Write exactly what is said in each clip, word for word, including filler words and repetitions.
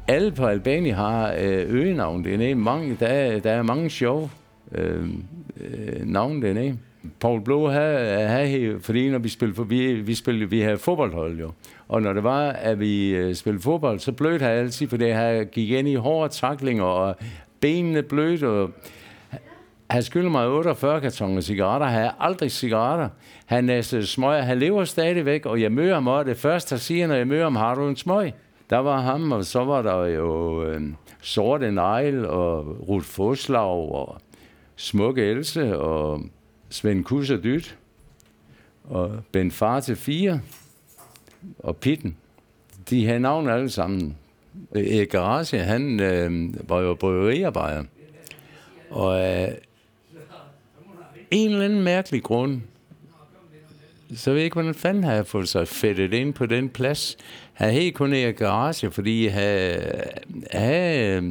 alle på Albani har øh, øgenavn dernede. Mange, der, er, der er mange sjove øh, øh, navn dernede. Paul Blå havde, havde, fordi når vi spillede, for, vi, vi spillede, vi havde fodboldhold jo. Og når det var, at vi øh, spillede fodbold, så blødte han altid, for det her gik ind i hårde taklinger, og benene blødte, og han skyldte mig otteogfyrre kartoner cigaretter. Han havde aldrig cigaretter. Han næste smøg. Han lever stadigvæk, og jeg møder ham, og det første, jeg siger, når jeg møder ham, har du en smøg? Der var ham, og så var der jo øh, Sorte Negl, og Ruth Foslav, og Smukke Else, og Svend Kusser Dyt, og Ben Far til fire, og Pitten. De havde navn alle sammen. Erik Garage, han øh, var jo bryggeriarbejder. Og øh, en eller anden mærkelig grund, så ved jeg ikke, hvordan fanden har jeg fået sig fedtet ind på den plads. Han havde kun Erik Garage, fordi han havde,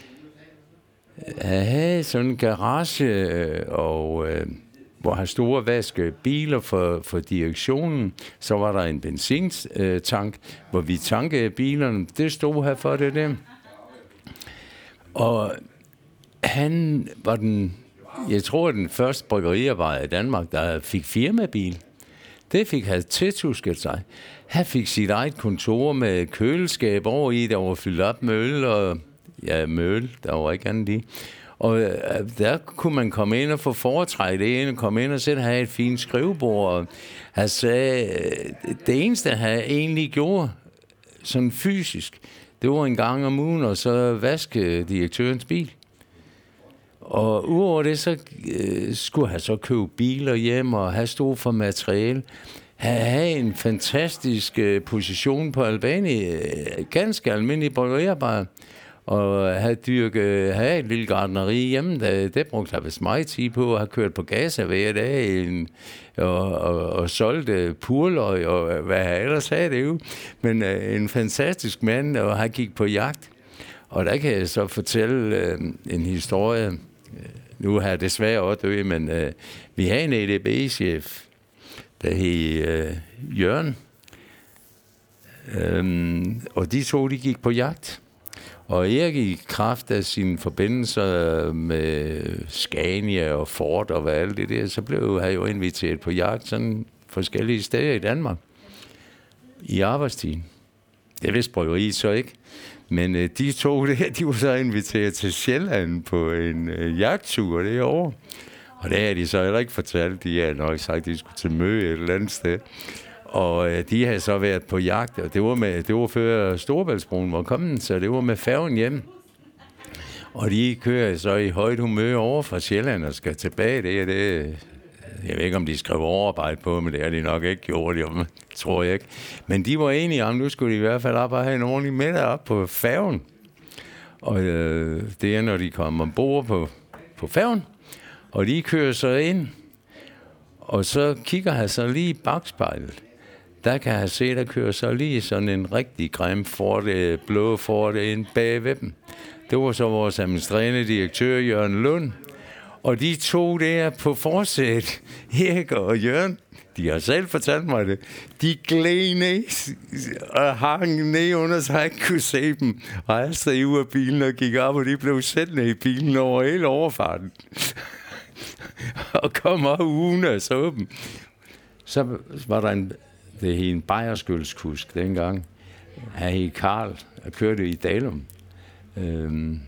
han havde sådan en garage, og øh, hvor han stod og vaskede biler for, for direktionen. Så var der en benzintank, hvor vi tankede bilerne. Det stod her for det der. Og han var den, jeg tror, den første bryggeriarbejder i Danmark, der fik firmabil. Det fik han tiltusket sig. Han fik sit eget kontor med køleskab over i, der var fyldt op med øl, og ja, med øl, der var ikke andet i. Og øh, der kunne man komme ind og få foretræk det ene, komme ind og sætte have et fint skrivebord. Og han sagde, øh, det eneste, han egentlig gjorde, sådan fysisk, det var en gang om ugen, og så vaske direktørens bil. Og udover det, så øh, skulle han så købe biler hjem og have stå for materiale. Han havde en fantastisk øh, position på Albani, øh, ganske almindelig bryggeriarbejder. Og havde dyrket, havde et lille gartneri hjemme, der, det brugte han vist meget tid på, at have kørt på Gaza hver dag, en, og, og, og solgte purløg, og hvad han ellers havde det jo. Men øh, en fantastisk mand, og han gik på jagt. Og der kan jeg så fortælle øh, en historie. Nu har jeg desværre også død, men øh, vi havde en E D B-chef, der hed øh, Jørgen. Øhm, og de to, de gik på jagt. Og Erik i kraft af sine forbindelser med Scania og Ford og hvad alt det der, så blev han jo inviteret på jagt sådan forskellige steder i Danmark. I arbejdstiden. Det vidste bryggeriet så ikke. Men øh, de to der, de var så inviteret til Sjælland på en øh, jagttur det år. Og det havde de så heller ikke fortalt. De havde nok sagt, at de skulle til møde et eller andet sted. Og øh, de havde så været på jagt, og det var, med, det var før Storebæltsbroen var kommet, så det var med færgen hjem. Og de kører så i højt humør over fra Sjælland og skal tilbage. Det er det. Jeg ved ikke, om de skrev overarbejde på, men det har de nok ikke gjort, jo, tror jeg ikke. Men de var enige om, nu skulle de i hvert fald op og have en ordentlig middag op på færgen. Og øh, det er, når de kommer ombord på, på færgen, og de kører så ind, og så kigger han så lige i bagspejlet. Der kan han se, der kører så lige sådan en rigtig grim Ford, blå Ford ind bag ved dem. Det var så vores administrerende direktør, Jørgen Lund. Og de to der på forsæt, Erik og Jørgen, de har selv fortalt mig det, de gled ned og hang ned under, så jeg kunne se dem. Og jeg stod ud af bilen og gik op, og de blev sæt ned i bilen over hele overfarten. Og kom op ugen og så dem. Så var der en, det hed en bajerskøldskusk dengang. Han hed Karl og kørte i Dalum. Øhm,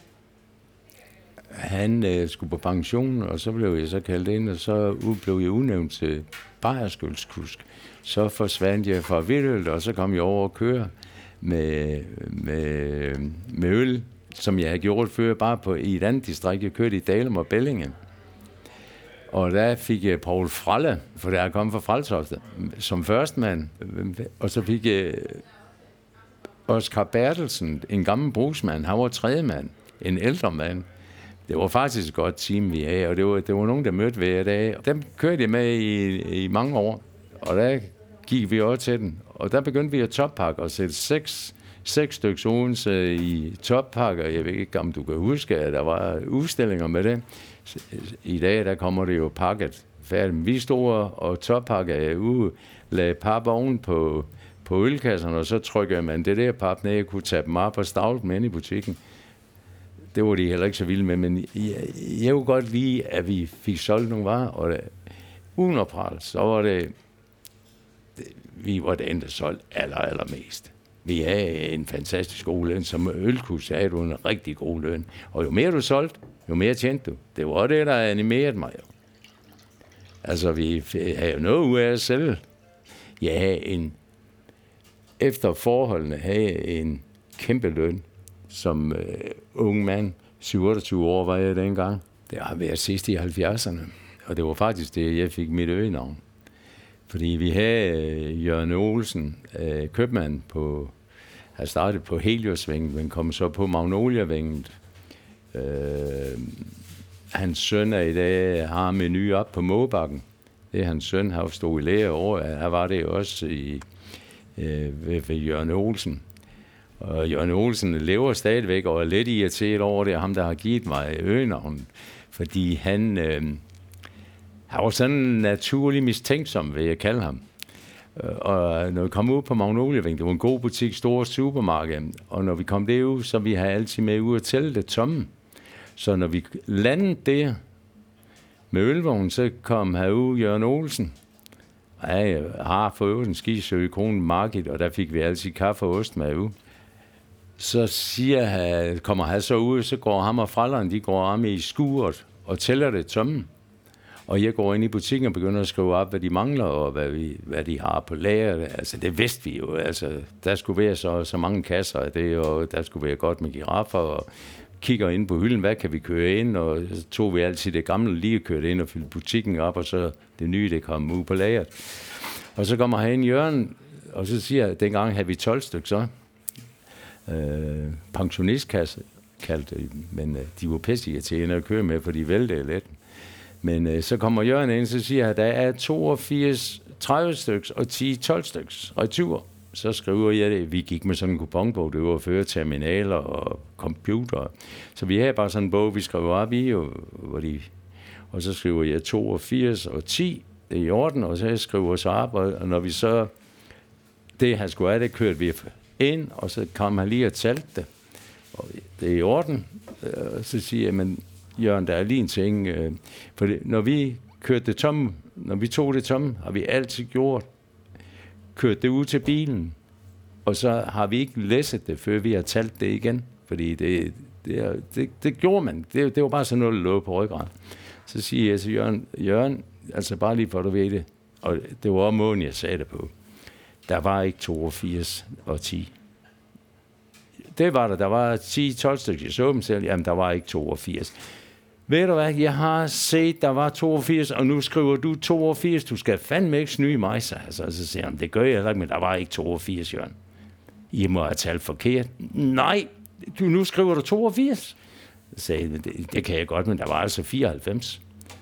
Han øh, skulle på pension, og så blev jeg så kaldt ind, og så blev jeg udnævnt til bajerskøldskusk. Så forsvandt jeg fra Vitøl, og så kom jeg over og køre med, med, med øl, som jeg havde gjort før, bare på, i et andet distrikt. Jeg kørte i Dalum og Bellinge. Og der fik jeg Paul Fralle, for der er kommet fra Freltofte, som førstmand. Og så fik jeg Oskar Bertelsen, en gammel brugsmand. Han var tredje mand, en ældre mand. Det var faktisk et godt team, vi havde, og det var, det var nogen, der mødte hver dag. Dem kørte jeg med i, i mange år, og der gik vi også til den. Og der begyndte vi at toppakke og sætte seks, seks stykker Odense i toppakker. Jeg ved ikke, om du kan huske, at der var udstillinger med det. I dag, der kommer det jo pakket færdigt. Vi stod og toppakkede ude, lagde pap oven på, på ølkasserne, og så trykker man det der pap ned, jeg kunne tage dem op og stavle dem ind i butikken. Det var de heller ikke så vilde med, men jeg, jeg kunne godt lide, at vi fik solgt nogle varer, og det, uden at prale, så var det, det vi var det endda solgt aller, allermest. Vi havde en fantastisk god løn, som ølkus havde du en rigtig god løn. Og jo mere du solgte, jo mere tjente du. Det var det, der animerede mig. Altså, vi havde jo noget ud af at sælge. Jeg havde en, efter forholdene, havde en kæmpe løn, som øh, ung mand. syvogtyve år var jeg dengang. Det har været sidst i halvfjerdserne. Og det var faktisk det, jeg fik mit øgenavn. Fordi vi havde øh, Jørgen Olsen, øh, købmand på, han startede på Heliosvænget, men kom så på Magnoliavænget. Øh, hans søn er i dag, har menu op på Mågebakken. Det er hans søn, har stået i lære år. Her var det også i, øh, ved, ved Jørgen Olsen. Og Jørgen Olsen lever stadigvæk og er lidt irriteret over det, ham der har givet mig øgenavnet. Fordi han... Øh, Han var sådan naturlig mistænksom, vil jeg kalde ham. Og når vi kom ud på Magnoliavænget, det var en god butik, stor supermarked, og når vi kom derud, så vi havde altid med ud at tælle det tomme. Så når vi landede der med ølvognen, så kom herud Jørgen Olsen. Jeg har fået en skisø i Kronen Market, og der fik vi altid kaffe og ost med ud. Så siger han, kommer han så ud, så går ham og fralderen, de går om i skuret og tæller det tomme. Og jeg går ind i butikken og begynder at skrive op, hvad de mangler, og hvad, vi, hvad de har på lager. Altså, det vidste vi jo. Altså, der skulle være så, så mange kasser af det, og der skulle være godt med giraffer, og kigger ind på hylden, hvad kan vi køre ind, og så tog vi altid det gamle lige kørt ind og fyldte butikken op, og så det nye, det kom ud på lageret. Og så kommer han ind i Jørgen, og så siger jeg, dengang havde vi tolv stykker så. Øh, pensionistkasse kaldte det, men øh, de var pisseirriterende at køre med, for de væltede lidt. Men øh, så kommer Jørgen ind, så siger at der er toogfirs tredive stykker og ti tolv stykker retur. Så skriver jeg det. Vi gik med sådan en kuponbog, det var før terminaler og computer. Så vi havde bare sådan en bog, vi skrev op i, og, hvor de, og så skriver jeg toogfirs og ti, det er i orden, og så skriver jeg så op, og når vi så, det han skulle have, det kørte vi ind, og så kom han lige og talte det. Og det er i orden, og så siger jeg, men Jørgen, der er lige en ting, øh, for det, når vi kørte det tomme, når vi tog det tomme, har vi altid gjort, kørt det ud til bilen, og så har vi ikke læsset det, før vi har talt det igen, fordi det, det, det, det gjorde man, det, det var bare sådan noget, der lå på ryggraden. Så siger jeg til Jørgen, Jørgen, altså bare lige for at du ved det, og det var også måden, jeg sagde det på, der var ikke toogfirs og ti. Det var der, der var ti tolv stykker, jeg så dem selv, jamen der var ikke toogfirs. Ved du hvad, jeg har set, der var toogfirs, og nu skriver du toogfirs, du skal fandme ikke snyde mig, så, altså, så siger han, det gør jeg heller ikke, men der var ikke toogfirs, Jørgen. I må have talt forkert. Nej, du, nu skriver du toogfirs. Så sagde jeg, det, det kan jeg godt, men der var altså fireoghalvfems.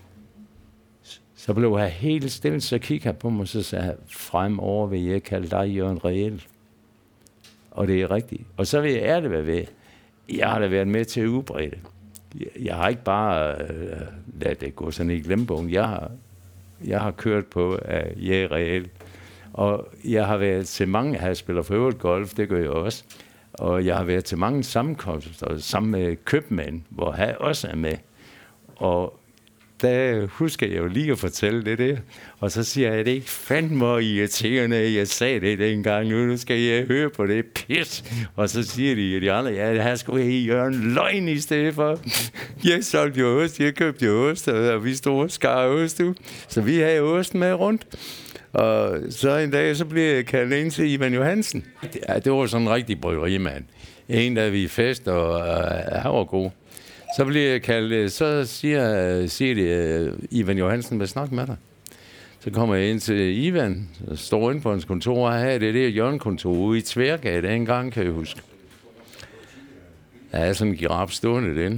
Så blev jeg helt stille, så kiggede jeg på mig, så sagde jeg, fremover vil jeg kalde dig Jørgen Reel. Og det er rigtigt. Og så vil jeg ærligt være ved, jeg har da været med til at udbrede det. Jeg har ikke bare øh, ladet det gå sådan i glemmebogen. Jeg har, jeg har kørt på, at jeg er reel. Og jeg har været til mange, jeg spiller for øvrigt golf, det gør jeg også. Og jeg har været til mange sammenkomster sammen med købmænd, hvor han også er med. Og der husker jeg jo lige at fortælle det der. Og så siger jeg, at det ikke fandme irriterende, at jeg sagde det dengang. Nu skal jeg høre på det pis. Og så siger de, de andre, ja, her skulle jeg gøre en løgn i stedet for. Jeg solgte jo ost, jeg købte jo ost, og vi stod og skar ost ud. Så vi havde osten med rundt. Og så en dag, så blev jeg kaldt ind til Ivan Johansen. Ja, det var sådan en rigtig bryggerimand. En, der vi fest, og uh, han var god. Så bliver jeg kaldt, så siger, siger de, Ivan Johansen vil snakke med dig. Så kommer jeg ind til Ivan, og står inde på hans kontor, og her det der hjørnekontor ude i Tværgade, en gang kan jeg huske. Der er sådan en giraf stående derinde.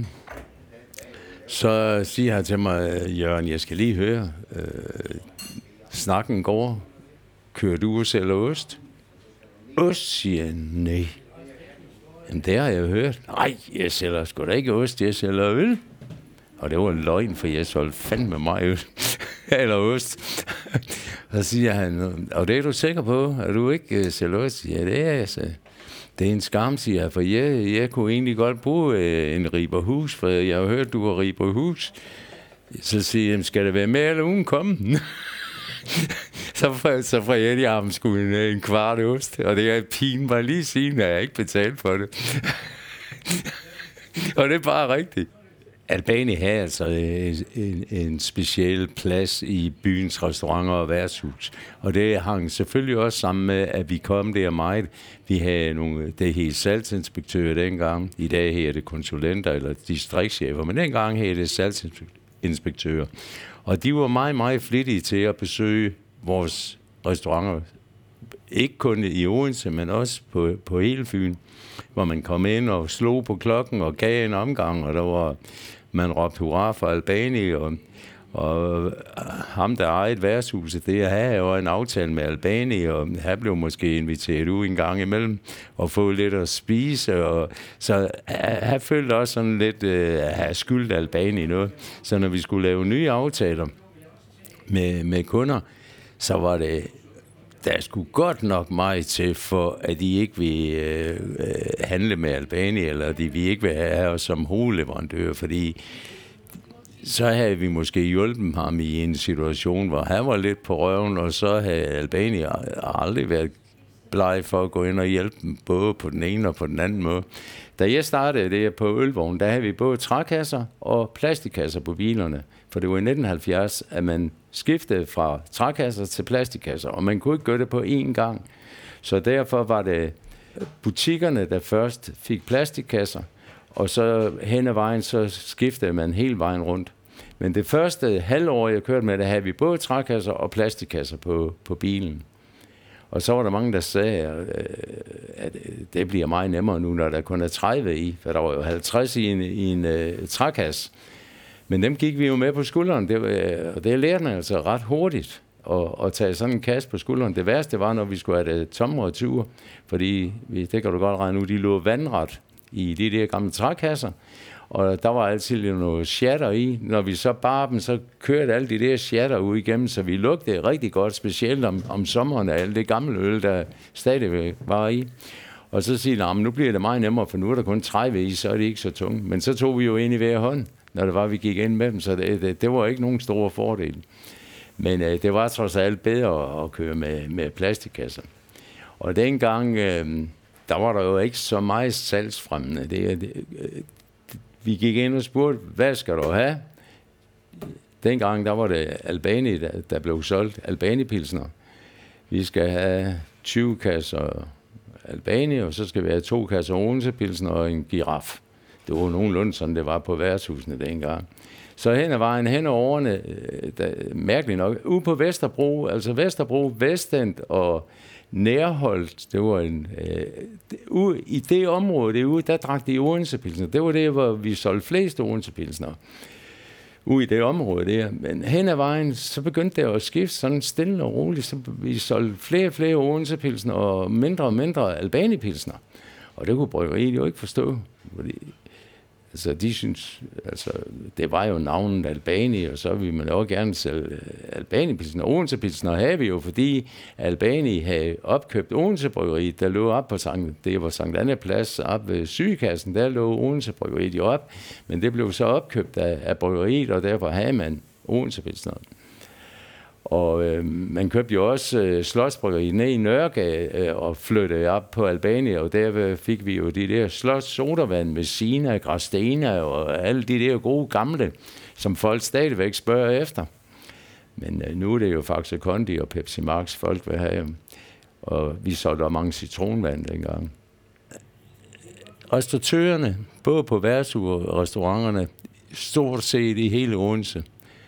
Så siger han til mig, Jørgen, jeg skal lige høre, øh, snakken går, kører du og sælger ost? Ost, siger jeg, nej. Jamen, det har jeg jo hørt. Nej, jeg sælger sgu da ikke ost, jeg sælger øl. Og det var en løgn, for jeg solgte fandme mig øl. Eller ost. Så siger han, og det er du sikker på? Er du ikke uh, seriøs? Ja, det er jeg, så. Det er en skam, siger jeg, for jeg, jeg kunne egentlig godt bruge uh, en riberhus, for jeg har hørt, du har riberhus. Så siger jeg, skal det være med eller uden komme? så får så får jeg i ham sgu en, en kvart ost, og det er pin mig lige siden, at jeg ikke betalt for det. Og det er bare rigtigt. Albani havde altså en, en, en speciel plads i byens restauranter og værtshus. Og det hang selvfølgelig også sammen med, at vi kom der meget. Vi havde nogle, det hed salgsinspektører dengang. I dag hedder det konsulenter eller distriktschefer, men dengang hed det salgsinspektører. Og de var meget, meget flittige til at besøge vores restauranter. Ikke kun i Odense, men også på, på hele Fyn, hvor man kom ind og slog på klokken og gav en omgang, og der var, man råbte hurra for Albani, og, og ham, der ejede værtshuset, det havde jo en aftale med Albani, og han blev måske inviteret ud en gang imellem og få lidt at spise, og så han følte også sådan lidt, at han skyldte Albani noget. Så når vi skulle lave nye aftaler med, med kunder, så var det, der skulle godt nok meget til, for at de ikke vil øh, handle med Albani, eller de vil ikke vil have os som hovedleverandør, fordi så havde vi måske hjulpet ham i en situation, hvor han var lidt på røven, og så havde Albani aldrig været bleg for at gå ind og hjælpe dem, både på den ene og på den anden måde. Da jeg startede det på Ølvogn, der havde vi både trækasser og plastikkasser på bilerne, for det var i nitten halvfjerds, at man skiftede fra trækasser til plastikkasser, og man kunne ikke gøre det på én gang. Så derfor var det butikkerne, der først fik plastikkasser, og så hen ad vejen, så skiftede man hele vejen rundt. Men det første halvår, jeg kørte med det, havde vi både trækasser og plastikkasser på, på bilen. Og så var der mange, der sagde, at det bliver meget nemmere nu, når der kun er tredive i, for der var jo halvtreds i en, i en uh, trækasse. Men dem gik vi jo med på skulderen, det var, og det lærte man altså ret hurtigt at, at tage sådan en kasse på skulderen. Det værste var, når vi skulle have det tomme retur, fordi det kan du godt regne nu, de lå vandret i de der gamle trækasser, og der var altid noget shatter i. Når vi så bar dem, så kørte alle de der shatter ud igennem, så vi lugtede rigtig godt, specielt om, om sommeren af alt det gamle øl, der stadigvæk var i. Og så siger de, nu bliver det meget nemmere, for nu er der kun tredive i, så er det ikke så tungt. Men så tog vi jo ind i hver hånd, når det var, vi gik ind med dem, så det, det, det var ikke nogen store fordel. Men øh, det var trods alt bedre at køre med, med plastikkasser. Og dengang, øh, der var der jo ikke så meget salgsfremmende. Det, det, øh, vi gik ind og spurgte, hvad skal du have? Dengang, der var det Albani, der, der blev solgt. Albani-pilsner. Vi skal have tyve kasser Albani, og så skal vi have to kasser Odense-pilsner og en giraf. Det var nogenlunde sådan, det var på værtshusene dengang. Så hen ad vejen, hen ad årene, der, mærkeligt nok, ude på Vesterbro, altså Vesterbro, Vestend og Nærholdt, det var en, øh, ude, i det område, det ude, der drak de Odense-pilsner. Det var det, hvor vi solgte flest Odense-pilsner. Ude i det område der. Men hen ad vejen, så begyndte det at skifte sådan stille og roligt. Så vi solgte flere og flere Odense-pilsner og mindre og mindre Albani-pilsner. Og det kunne bryggeriet jo ikke forstå. Fordi, altså, de synes, altså, det var jo navnet Albani, og så ville man også gerne sælge Albani-pilsner. Odense-pilsner havde vi jo, fordi Albani havde opkøbt Odense-bryggeriet, der lå op på Sankt, det var Sankt Anne Plads, op ved sygekassen, der lå Odense-bryggeriet jo op, men det blev så opkøbt af, af bryggeriet, og derfor havde man Odense-pilsner. Og øh, man købte jo også øh, Slotsbryggeriet ned i Nørregade øh, og flyttede op på Albani, og der fik vi jo de der Slots sodavand med Sina, Grastena og alle de der gode gamle, som folk stadigvæk spørger efter. Men øh, nu er det jo Faxe Kondi og Pepsi Max, folk vil have. Og vi solgte der mange citronvand dengang. Restauratørerne, både på værtshus og restauranterne, stort set i hele Odense.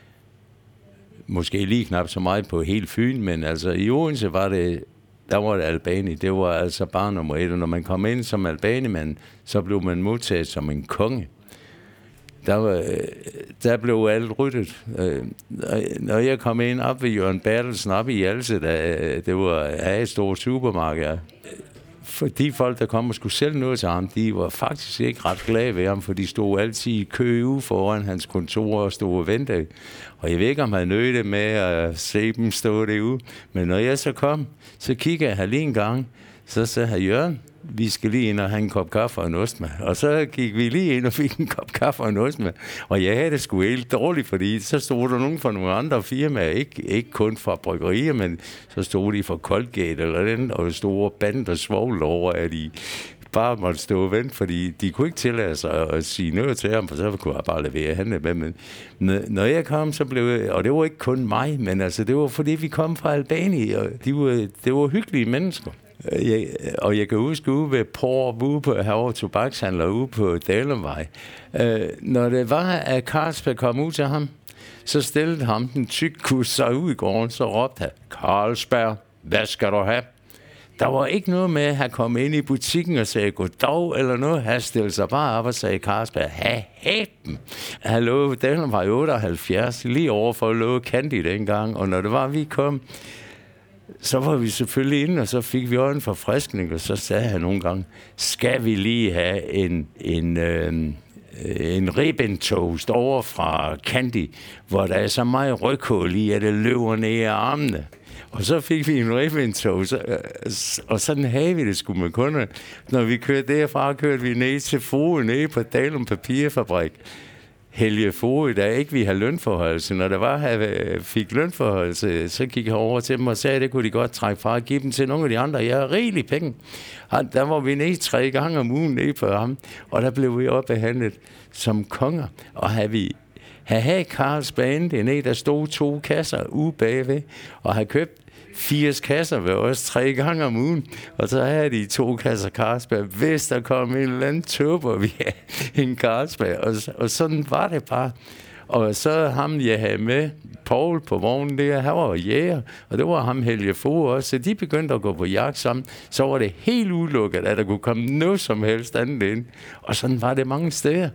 Måske lige knap så meget på hele Fyn, men altså i Odense var det, der var det Albani. Det var altså bare nummer et, og når man kom ind som Albani-mand, så blev man modtaget som en konge. Der, var, der blev alt ryddet. Når jeg kom ind op ved Jørgen Bertelsen, op i Hjalse, der, det var et stort supermarked. for de folk, der kom og skulle sælge noget til ham, de var faktisk ikke ret glade ved ham, for de stod altid i kø ude foran hans kontor og stod og ventede. Og jeg ved ikke, om han nød det med at se dem stå derude. Men når jeg så kom, så kiggede jeg lige en gang, så sagde jeg, Jørgen, vi skal lige ind og have en kop kaffe og en ost med. Og så gik vi lige ind og fik en kop kaffe og en ost med. Og jeg havde det sgu helt dårligt, fordi så stod der nogen fra nogle andre firmaer, ikke, ikke kun fra bryggerier, men så stod de fra Colgate eller den, og store band og svovl over, at de bare måtte stå og vente, fordi de kunne ikke tillade sig at sige noget til ham, for så kunne jeg bare levere handle med. Men når jeg kom, så blev jeg, og det var ikke kun mig, men altså, det var fordi, vi kom fra Albanien, og de var, det var hyggelige mennesker. Jeg, og jeg kan huske ude ved Porp, ude på herovre tobakshandler, ude på Dalemvej. Øh, når det var, at Carlsberg kom ud til ham, så stillede ham den tykkus sig ud i gården, så råbte han, Carlsberg, hvad skal du have? Der var ikke noget med, at han kom ind i butikken og sagde goddag eller noget. Han stillede sig bare op og sagde, Carlsberg, ha, hætten. Han lå, den var otteoghalvfjerds, lige over for at love Candy dengang. Og når det var, vi kom, så var vi selvfølgelig inde, og så fik vi også en forfriskning, og så sagde han nogle gange, skal vi lige have en, en, øh, en ribbentoast over fra Candy, hvor der er så meget ryghul i, at det løber ned i armene. Og så fik vi en ribbentoast, og sådan havde vi det sgu med kunder. Når vi kørte derfra, kørte vi ned til Frue, ned på Dalum Papirfabrik. Helge Frue, der ikke vi have lønforholdelse. Når der var, at fik lønforholdelse, så gik jeg over til dem og sagde, at det kunne de godt trække fra og give dem til nogle af de andre. Jeg har rigeligt penge. Der var vi ned tre gange om ugen ned på ham, og der blev vi opbehandlet som konger. Og havde vi Han havde Carlsberg ned, der stod to kasser ude bagved, og havde købt firs kasser ved os tre gange om ugen. Og så havde de to kasser Carlsberg. Hvis der kom en eller anden tøber, vi havde en Carlsberg. Og, og sådan var det bare. Og så ham, jeg havde med, Paul på vognen der, han var jæger, og det var ham Helge Fogh også. Så de begyndte at gå på jagt sammen. Så var det helt udelukket, at der kunne komme noget som helst andet ind. Og sådan var det mange steder.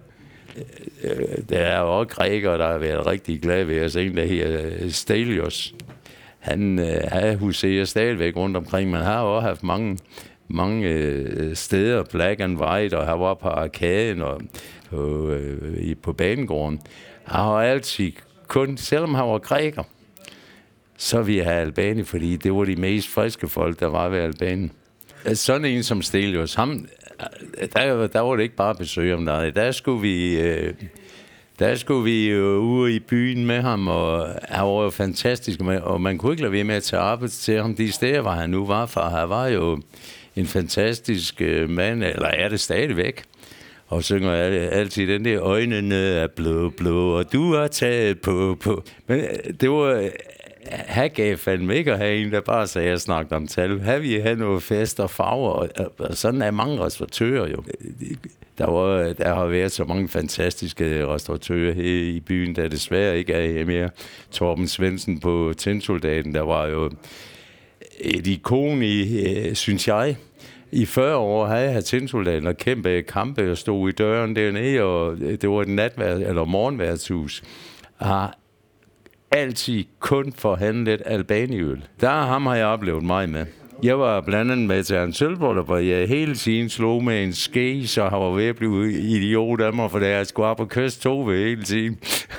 Der er jo også grækere, der har været rigtig glade ved os. En, der hedder Stelios. Han har huserer stadigvæk rundt omkring, men har også haft mange, mange steder, Black and White, og han var på Arkaden og på, øh, på banegården. Han har altid kun, selvom han var græker, så vi have Albanien, fordi det var de mest friske folk, der var ved Albanien. Sådan en som Stelios, ham, der, der var det ikke bare besøg om der. Der skulle vi, øh, der skulle vi øh, ude i byen med ham, og han var jo fantastisk, og man kunne ikke lade være med at tage arbejde til ham de steder, hvor han nu var, for han var jo en fantastisk øh, mand, eller er det stadigvæk. Og synger altid den der, øjnene er blå, blå, og du har taget på, på. Men det var, han gav fandme ikke at have en, der bare sagde, at jeg snakkede om tal. Her vi have noget fest og farver, og, og sådan er mange restauratører jo. Der, var, der har været så mange fantastiske restauratører her i byen, der desværre ikke er mere. Torben Svendsen på Tinsoldaten, der var jo et ikon i, synes jeg. I fyrre år havde jeg Tinsoldaten og kæmpe kampe og stod i døren dernede, og det var et natværd, eller morgenværtshus. Har altid kun forhandlet albaniøl. Der ham har jeg oplevet meget med. Jeg var blandt andet med til en sølvbryllup, hvor jeg hele tiden slog med en ske, så han var ved at blive idiot af mig, for da jeg skulle op og kysse to ved hele tiden.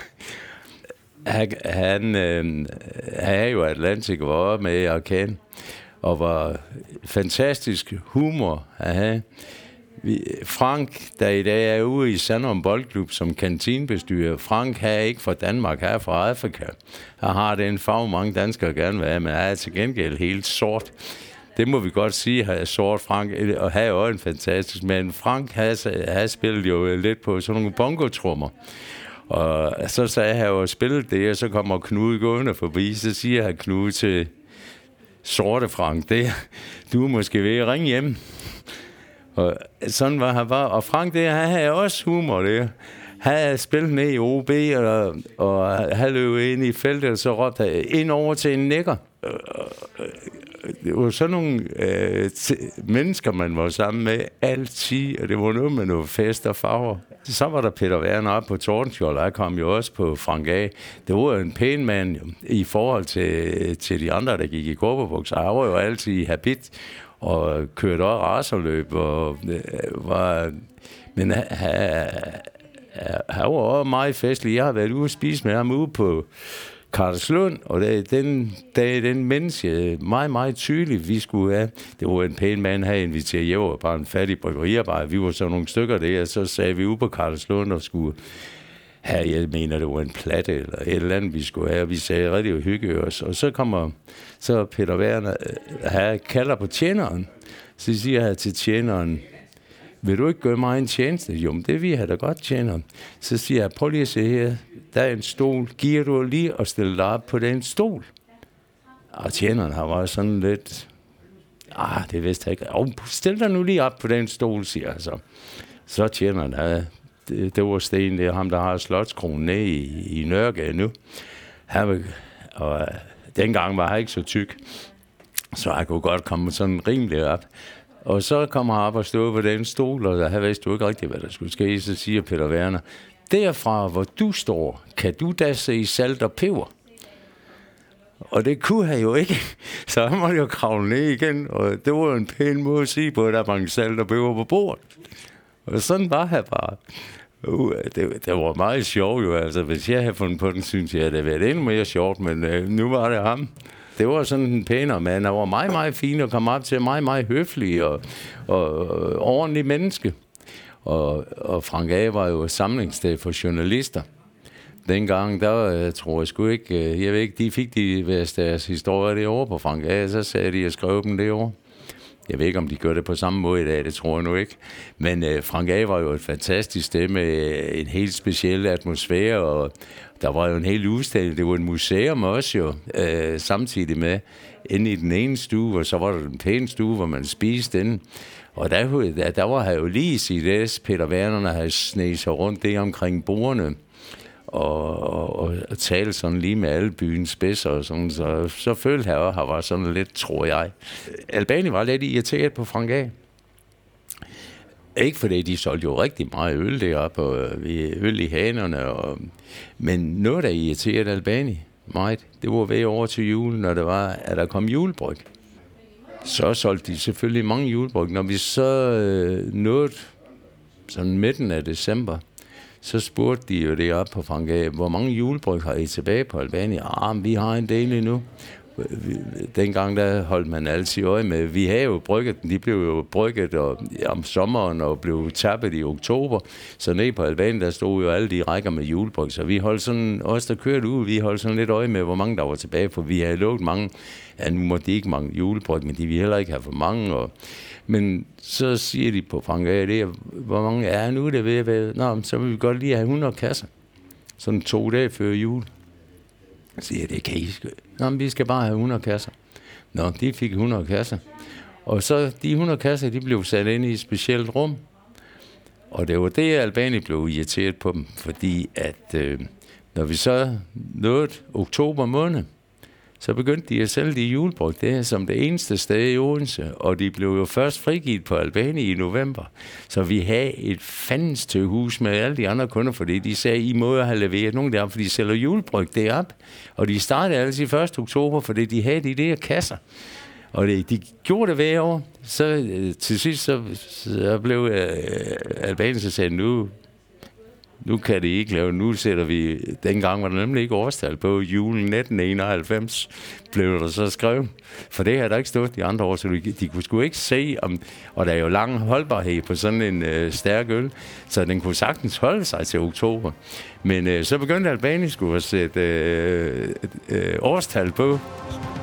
Han, han øh, havde jo Atlantic, var oppe med at kende, og var fantastisk humor at have. Frank, der i dag er ude i Sandholm Boldklub som kantinebestyrer, Frank er ikke fra Danmark, han er fra Afrika. Han har den farve, mange danskere gerne vil have, men han er til gengæld helt sort. Det må vi godt sige, at sort Frank, og han er jo en fantastisk, men Frank har spillet jo lidt på sådan nogle bongotrummer. Og så sagde han jo spillet det, og så kommer Knud gående forbi, så siger han Knud til sorte Frank, det, du er måske ved at ringe hjem. Og sådan var han bare. Og Frank, det, han havde også humor, det. Han havde spillet ned i O B, og, og han løb ind i feltet, og så råbte han ind over til en nikker. Det var sådan nogle øh, t- mennesker, man var sammen med altid, og det var noget med noget fest og farver. Så var der Peter Werner op på Tordenskjold, og jeg kom jo også på Frank A. Det var en pæn mand i forhold til, til de andre, der gik i korperbukser. Han var jo altid i habit, og kørte også racerløb, og øh, var... Men han, han var også meget festlig. Jeg har været ude og spise med ham ude på Karlslund, og det, den dag, den menneske, meget, meget tydeligt, vi skulle have. Det var en pæn mand, her inviteret. Jeg var bare en fattig bryggeriarbejder. Vi var så nogle stykker der, og så sagde vi ude på Karlslund og skulle have, jeg mener, det var en platte eller et eller andet, vi skulle have. Vi sagde rigtig hygge os. Og så kommer så Peter Werner, han kalder på tjeneren. Så siger jeg til tjeneren, vil du ikke gøre mig en tjeneste? Jo, men det vil jeg da godt, tjeneren. Så siger jeg, prøv lige at se her, der er en stol. Giver du lige og stille dig op på den stol? Og tjeneren har været sådan lidt, ah, det vidste jeg ikke. Oh, stil dig nu lige op på den stol, siger jeg så. Så tjeneren, ja, det, det var Sten, det er ham, der har Slotskronen nede i, i Nørregade nu. Han, og dengang var han ikke så tyk, så jeg kunne godt komme sådan rimelig op. Og så kommer han op og stod på den stol, og han vidste jo ikke rigtigt, hvad der skulle ske. Så siger Peter Werner, derfra, hvor du står, kan du da se salt og peber? Og det kunne han jo ikke. Så han måtte jo kravle ned igen, og det var jo en pæn måde at sige på, at der var salt og peber på bordet. Og sådan var han bare. Uh, det, det var meget sjovt jo, altså. Hvis jeg havde fundet på den, synes jeg, at det havde været endnu mere sjovt, men uh, nu var det ham. Det var sådan en pænere mand. Han var meget, meget fin og kom op til meget, meget høflig og, og, og ordentlig menneske. Og, og Frank A. var jo et samlingssted for journalister. Dengang, der jeg tror jeg sgu ikke, jeg ved ikke, de fik de deres historie derovre på Frank A. Så sagde de, at jeg skrev dem derovre. Jeg ved ikke, om de gør det på samme måde i dag, det tror jeg nu ikke. Men uh, Frank A. var jo et fantastisk sted med en helt speciel atmosfære, og der var jo en hel udstilling. Det var et museum også jo, uh, samtidig med inde i den ene stue, og så var der den pæne stue, hvor man spiste inde. Og der, der, der var her jo lige i C D S, Peter Werner, der havde sneget sig rundt det omkring bordene, og, og, og tale sådan lige med alle byens spidser og sådan, så, så følte jeg også, han var sådan lidt, tror jeg. Albani var lidt irriteret på Frank A. Ikke fordi de solgte jo rigtig meget øl deroppe, og øl i hanerne, og, men noget, der irriterede Albani meget, det var ved over til jul, når det var, at der kom julebryg. Så solgte de selvfølgelig mange julebryg. Når vi så øh, nåede sådan midten af december, så spurgte de jo det op på Frank A, hvor mange julebryg har I tilbage på Albani? Ah, vi har en del endnu. Dengang der holdt man altid øje med. Vi havde jo brygget, de blev jo brygget og, om sommeren og blev tappet i oktober. Så nede på Albani, der stod jo alle de rækker med julebryg. Så vi holdt sådan, os der kørte ud, vi holdt sådan lidt øje med, hvor mange der var tilbage. For vi havde lovet mange, ja nu måtte de ikke mange julebryg, men de ville heller ikke have for mange. Og, men så siger de på Frank A, det er, hvor mange er nu det ved at være? Nå, så vil vi godt lige have hundrede kasser. Sådan to dage før jul. Så siger jeg, det kan I ikke. Nå, men vi skal bare have hundrede kasser. Nå, de fik hundrede kasser. Og så de hundrede kasser, de blev sat ind i et specielt rum. Og det var det, Albani blev irriteret på dem. Fordi at, øh, når vi så nåede oktober måned, så begyndte de at sælge de julebryg. Det er som det eneste sted i Odense. Og de blev jo først frigivet på Albani i november. Så vi havde et fandens til hus med alle de andre kunder, fordi de sagde, I må have leveret nogle der, for de sælger julebryg derop. Og de startede altid første oktober, fordi de havde de der kasser. Og det, de gjorde det hver år. Så øh, til sidst så, så blev øh, Albani så sagde, nu... Nu kan det ikke lave. Nu sætter vi... Dengang var der nemlig ikke årstal på. Julen nitten enoghalvfems blev der så skrevet. For det har der ikke stået de andre år, så de, de kunne sgu ikke se om... Og der er jo lang holdbarhed på sådan en øh, stærk øl, så den kunne sagtens holde sig til oktober. Men øh, så begyndte Albani skulle at sætte øh, øh, årstal på.